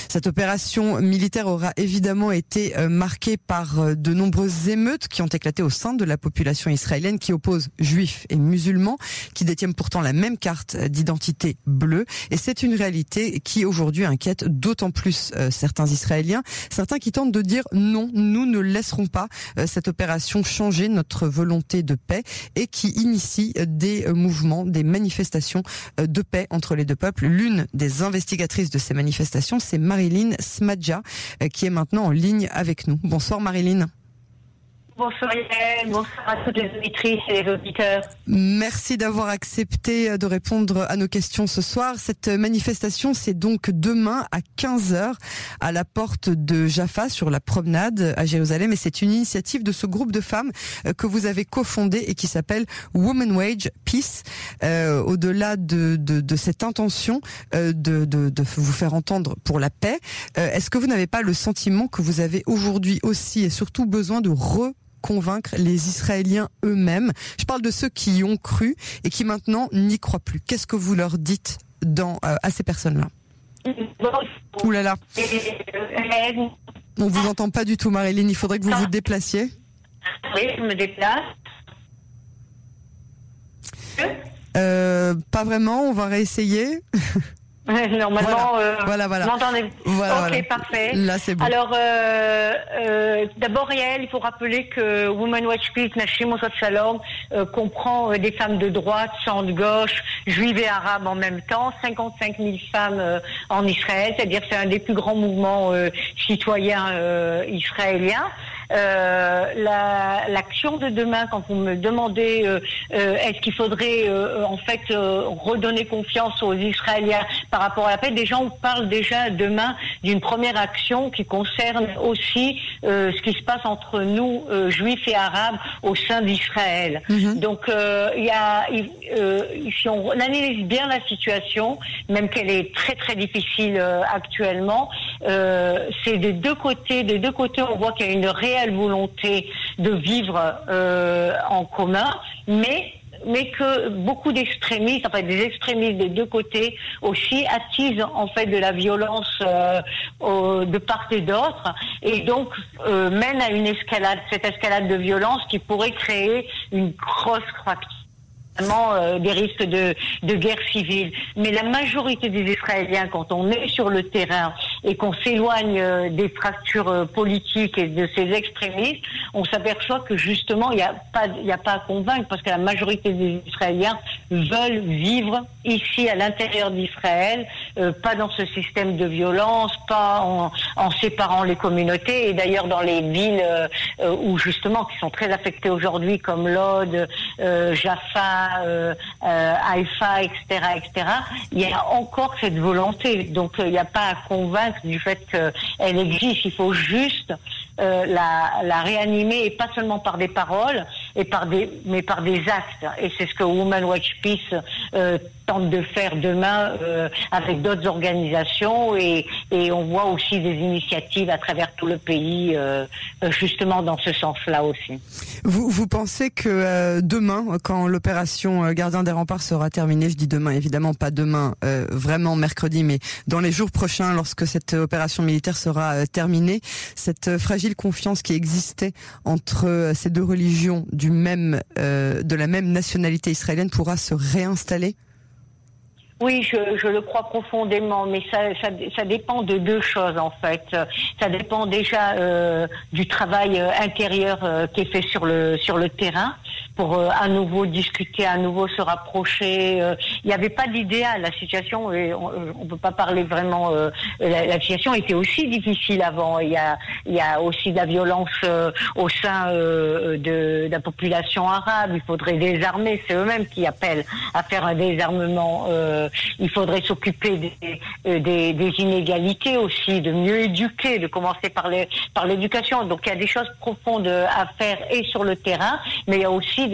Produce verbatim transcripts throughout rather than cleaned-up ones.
Cette opération militaire aura évidemment été marquée par de nombreuses émeutes qui ont éclaté au sein de la population israélienne qui oppose juifs et musulmans, qui détiennent pourtant la même carte d'identité bleue. Et c'est une réalité qui aujourd'hui inquiète d'autant plus euh, certains Israéliens, certains qui tentent de dire non, nous ne laisserons pas euh, cette opération changer notre volonté de paix, et qui initie des euh, mouvements, des manifestations euh, de paix entre les deux peuples. L'une des investigatrices de ces manifestations, c'est Marilyn Smadja, euh, qui est maintenant en ligne avec nous. Bonsoir Marilyn. Bonsoir Yael, bonsoir à toutes les auditrices et les auditeurs. Merci d'avoir accepté de répondre à nos questions ce soir. Cette manifestation, c'est donc demain à quinze heures à la porte de Jaffa sur la promenade à Jérusalem, et c'est une initiative de ce groupe de femmes que vous avez cofondé et qui s'appelle Women Wage Peace. Euh, au-delà de, de, de cette intention euh, de, de, de vous faire entendre pour la paix, euh, est-ce que vous n'avez pas le sentiment que vous avez aujourd'hui aussi et surtout besoin de re convaincre les Israéliens eux-mêmes? Je parle de ceux qui y ont cru et qui maintenant n'y croient plus. Qu'est-ce que vous leur dites dans, euh, à ces personnes-là? Ouh là là. On vous entend pas du tout, Marilyn. Il faudrait que vous vous déplaciez. Oui, je me déplace. Euh, pas vraiment, on va réessayer. Normalement, voilà. Euh, voilà, voilà. vous m'entendez? Voilà, ok, voilà. parfait. Là, c'est bon. Alors, euh, euh, d'abord, Yael, il faut rappeler que Women Watch Peace, Nashim Osot Shalom, euh, comprend euh, des femmes de droite, centre gauche, juives et arabes en même temps, cinquante-cinq mille femmes euh, en Israël, c'est-à-dire c'est un des plus grands mouvements euh, citoyens euh, israéliens. Euh, la, l'action de demain, quand vous me demandez euh, euh, est-ce qu'il faudrait euh, en fait euh, redonner confiance aux Israéliens par rapport à la paix, déjà on parle déjà demain d'une première action qui concerne aussi euh, ce qui se passe entre nous euh, juifs et arabes au sein d'Israël. Mm-hmm. Donc euh, il y a euh, si on analyse bien la situation, même qu'elle est très très difficile euh, actuellement, euh, c'est des deux côtés, des deux côtés on voit qu'il y a une réelle volonté de vivre euh, en commun, mais mais que beaucoup d'extrémistes, enfin des extrémistes des deux côtés aussi attisent en fait de la violence euh, au, de part et d'autre, et donc euh, mène à une escalade, cette escalade de violence qui pourrait créer une grosse fracture. Euh, des risques de, de guerre civile. Mais la majorité des Israéliens, quand on est sur le terrain et qu'on s'éloigne euh, des fractures euh, politiques et de ces extrémistes, on s'aperçoit que justement, il n'y a pas, il n'y a pas à convaincre, parce que la majorité des Israéliens veulent vivre ici à l'intérieur d'Israël, euh, pas dans ce système de violence, pas en, en séparant les communautés. Et d'ailleurs, dans les villes euh, où justement, qui sont très affectées aujourd'hui, comme Lod, euh, Jaffa, Euh, euh, Haïfa, et cetera, et cetera. Il y a encore cette volonté. Donc, il euh, n'y a pas à convaincre du fait qu'elle existe. Il faut juste euh, la, la réanimer, et pas seulement par des paroles, et par des, mais par des actes. Et c'est ce que Women Watch Peace euh, tente de faire demain euh, avec d'autres organisations, et, et on voit aussi des initiatives à travers tout le pays, euh, justement dans ce sens-là aussi. Vous, vous pensez que euh, demain, quand l'opération Gardien des Remparts sera terminée, je dis demain, évidemment pas demain, euh, vraiment mercredi, mais dans les jours prochains, lorsque cette opération militaire sera euh, terminée, cette euh, fragile confiance qui existait entre euh, ces deux religions du même, euh, de la même nationalité israélienne pourra se réinstaller? Oui, je, je le crois profondément, mais ça, ça, ça dépend de deux choses en fait. Ça dépend déjà euh, du travail intérieur euh, qui est fait sur le sur le terrain pour euh, à nouveau discuter, à nouveau se rapprocher. Euh, il n'y avait pas d'idéal. La situation, et on ne peut pas parler vraiment. Euh, la, la situation était aussi difficile avant. Il y a il y a aussi de la violence euh, au sein euh, de, de la population arabe. Il faudrait désarmer. C'est eux-mêmes qui appellent à faire un désarmement. Euh, Il faudrait s'occuper des, des, des inégalités aussi, de mieux éduquer, de commencer par, les, par l'éducation. Donc il y a des choses profondes à faire et sur le terrain, mais il y a aussi des choses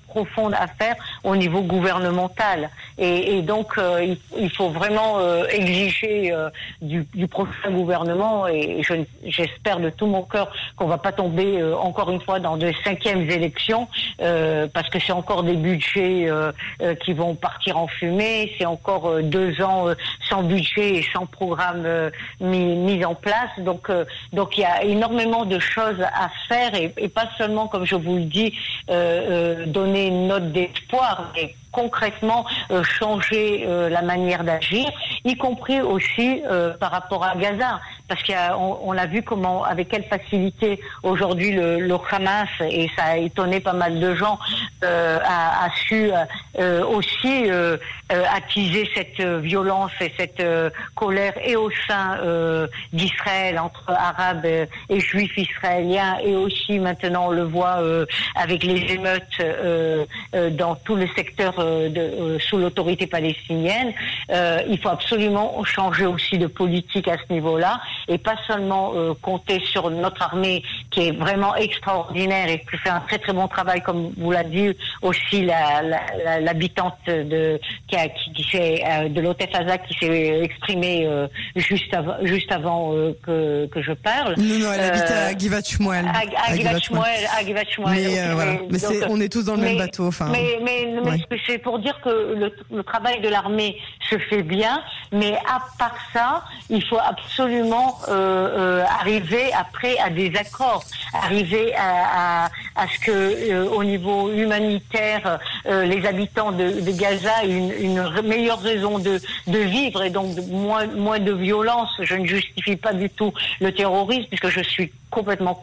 profonde à faire au niveau gouvernemental. Et, et donc, euh, il, il faut vraiment euh, exiger euh, du, du prochain gouvernement, et je, j'espère de tout mon cœur qu'on va pas tomber euh, encore une fois dans de cinquièmes élections, euh, parce que c'est encore des budgets euh, euh, qui vont partir en fumée, c'est encore euh, deux ans euh, sans budget et sans programme euh, mis, mis en place. Donc, euh, donc il y a énormément de choses à faire, et, et pas seulement, comme je vous le dis, euh, euh, donner une note d'espoir, mais concrètement euh, changer euh, la manière d'agir, y compris aussi euh, par rapport à Gaza, parce qu'on on a vu comment, avec quelle facilité aujourd'hui le, le Hamas, et ça a étonné pas mal de gens, euh, a, a su euh, aussi euh, euh, attiser cette violence et cette euh, colère et au sein euh, d'Israël, entre arabes et juifs israéliens, et aussi maintenant on le voit euh, avec les émeutes euh, euh, dans tout le secteur euh, de, euh, sous l'autorité palestinienne. Euh, il faut absolument changer aussi de politique à ce niveau-là, et pas seulement euh, compter sur notre armée qui est vraiment extraordinaire et qui fait un très très bon travail, comme vous l'a dit aussi la, la, la, l'habitante de qui, a, qui, qui s'est euh, de l'Otef-Aza qui s'est exprimée euh, juste avant juste avant euh, que que je parle. Non non, elle euh, habite à Givat Shmuel. À, à Givat Shmuel, à Givat Shmuel. Mais okay, euh, voilà, mais, mais c'est, on est tous dans le mais, même bateau. Enfin. Mais mais, mais ouais. C'est pour dire que le, le travail de l'armée se fait bien, mais à part ça, il faut absolument euh, euh, arriver après à des accords, arriver à, à, à ce que euh, au niveau humanitaire, euh, les habitants de, de Gaza aient une, une meilleure raison de, de vivre, et donc de, moins, moins de violence. Je ne justifie pas du tout le terrorisme, puisque je suis complètement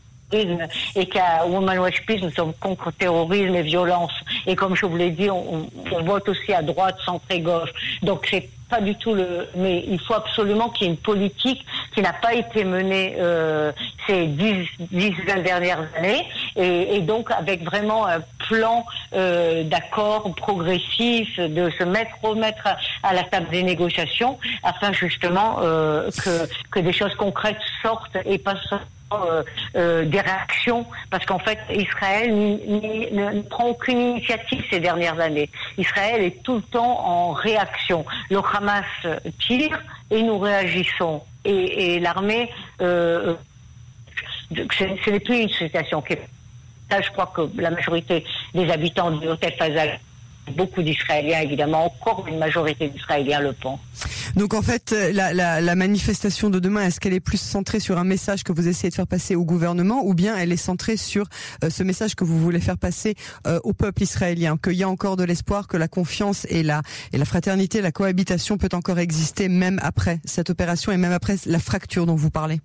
et qu'à Women Watch Peace, nous sommes contre terrorisme et violence. Et comme je vous l'ai dit, on, on vote aussi à droite, centre et gauche. Donc c'est pas du tout le... Mais il faut absolument qu'il y ait une politique qui n'a pas été menée euh, ces dix, dix, vingt dernières années. Et, et donc avec vraiment un plan euh, d'accord progressif, de se mettre, remettre à, à la table des négociations, afin justement euh, que, que des choses concrètes sortent, et pas seulement Euh, euh, des réactions, parce qu'en fait Israël ni, ni, ne prend aucune initiative ces dernières années. Israël est tout le temps en réaction. Le Hamas tire et nous réagissons, et, et l'armée euh, ce n'est plus une situation qui est... Là, je crois que la majorité des habitants de Otef-Aza, beaucoup d'Israéliens évidemment, encore une majorité d'Israéliens le pensent. Donc en fait, la, la, la manifestation de demain, est-ce qu'elle est plus centrée sur un message que vous essayez de faire passer au gouvernement, ou bien elle est centrée sur euh, ce message que vous voulez faire passer euh, au peuple israélien, qu'il y a encore de l'espoir, que la confiance et la, et la fraternité, la cohabitation peut encore exister même après cette opération et même après la fracture dont vous parlez?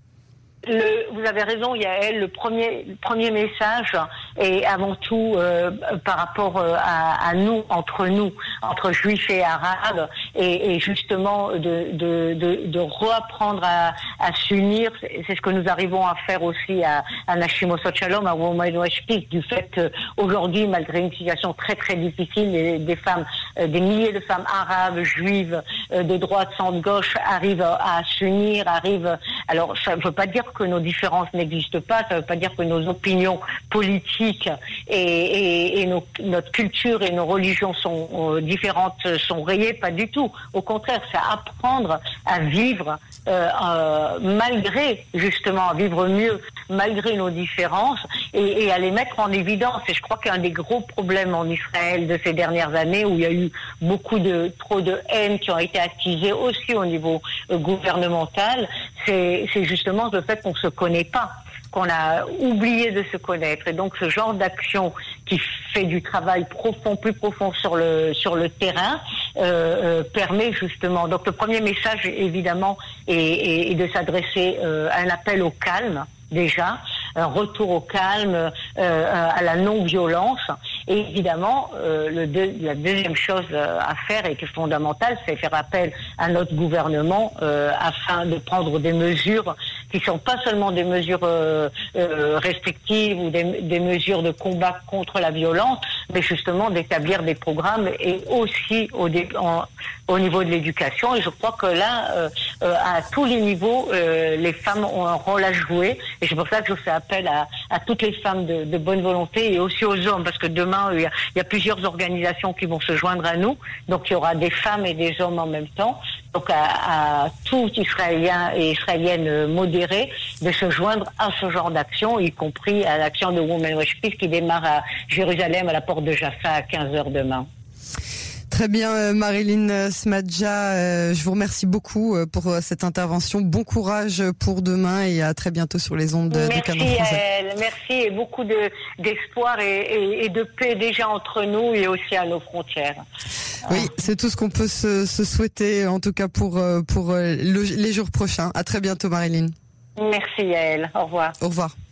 Le, vous avez raison, Yael, le premier, le premier message est avant tout euh, par rapport à, à nous, entre nous, entre juifs et arabes, et, et justement de, de, de, de reapprendre à, à s'unir. C'est ce que nous arrivons à faire aussi à, à Nashim Osot Shalom, à Women Watch Peace, du fait qu'aujourd'hui, malgré une situation très très difficile, des, des femmes, des milliers de femmes arabes, juives, de droite, centre, gauche, arrivent à, à s'unir, arrivent... Alors, ça ne veut pas dire que nos différences n'existent pas, ça ne veut pas dire que nos opinions politiques et, et, et nos, notre culture et nos religions sont euh, différentes, sont rayées, pas du tout. Au contraire, c'est apprendre à vivre euh, euh, malgré, justement, à vivre mieux, malgré nos différences, et, et à les mettre en évidence. Et je crois qu'un des gros problèmes en Israël de ces dernières années, où il y a eu beaucoup de, trop de haine qui ont été attisées aussi au niveau euh, gouvernemental, c'est, c'est justement le fait qu'on se connaît pas, qu'on a oublié de se connaître. Et donc ce genre d'action qui fait du travail profond, plus profond sur le sur le terrain, euh, euh, permet justement. Donc le premier message évidemment est, est, est de s'adresser euh, à un appel au calme déjà, un retour au calme, euh, à la non-violence. Et évidemment, euh, le deux, la deuxième chose à faire et qui est fondamentale, c'est faire appel à notre gouvernement euh, afin de prendre des mesures qui sont pas seulement des mesures euh, euh, restrictives ou des, des mesures de combat contre la violence, mais justement d'établir des programmes et aussi au, dé, en, au niveau de l'éducation. Et je crois que là, euh, euh, à tous les niveaux, euh, les femmes ont un rôle à jouer. Et c'est pour ça que je fais appel à, à toutes les femmes de, de bonne volonté et aussi aux hommes, parce que demain, il y, a, il y a plusieurs organisations qui vont se joindre à nous. Donc il y aura des femmes et des hommes en même temps. Donc à, à tout Israélien et Israélienne modérés de se joindre à ce genre d'action, y compris à l'action de Women Watch Peace qui démarre à Jérusalem à la porte de Jaffa à quinze heures demain. Très bien, Marilyn Smadja, euh, je vous remercie beaucoup pour cette intervention. Bon courage pour demain et à très bientôt sur les ondes de, de Canon Français. Merci à elle, merci et beaucoup de, d'espoir et, et, et de paix déjà entre nous et aussi à nos frontières. Oui, c'est tout ce qu'on peut se, se souhaiter, en tout cas pour, pour le, les jours prochains. À très bientôt, Marilyn. Merci à elle, au revoir. Au revoir.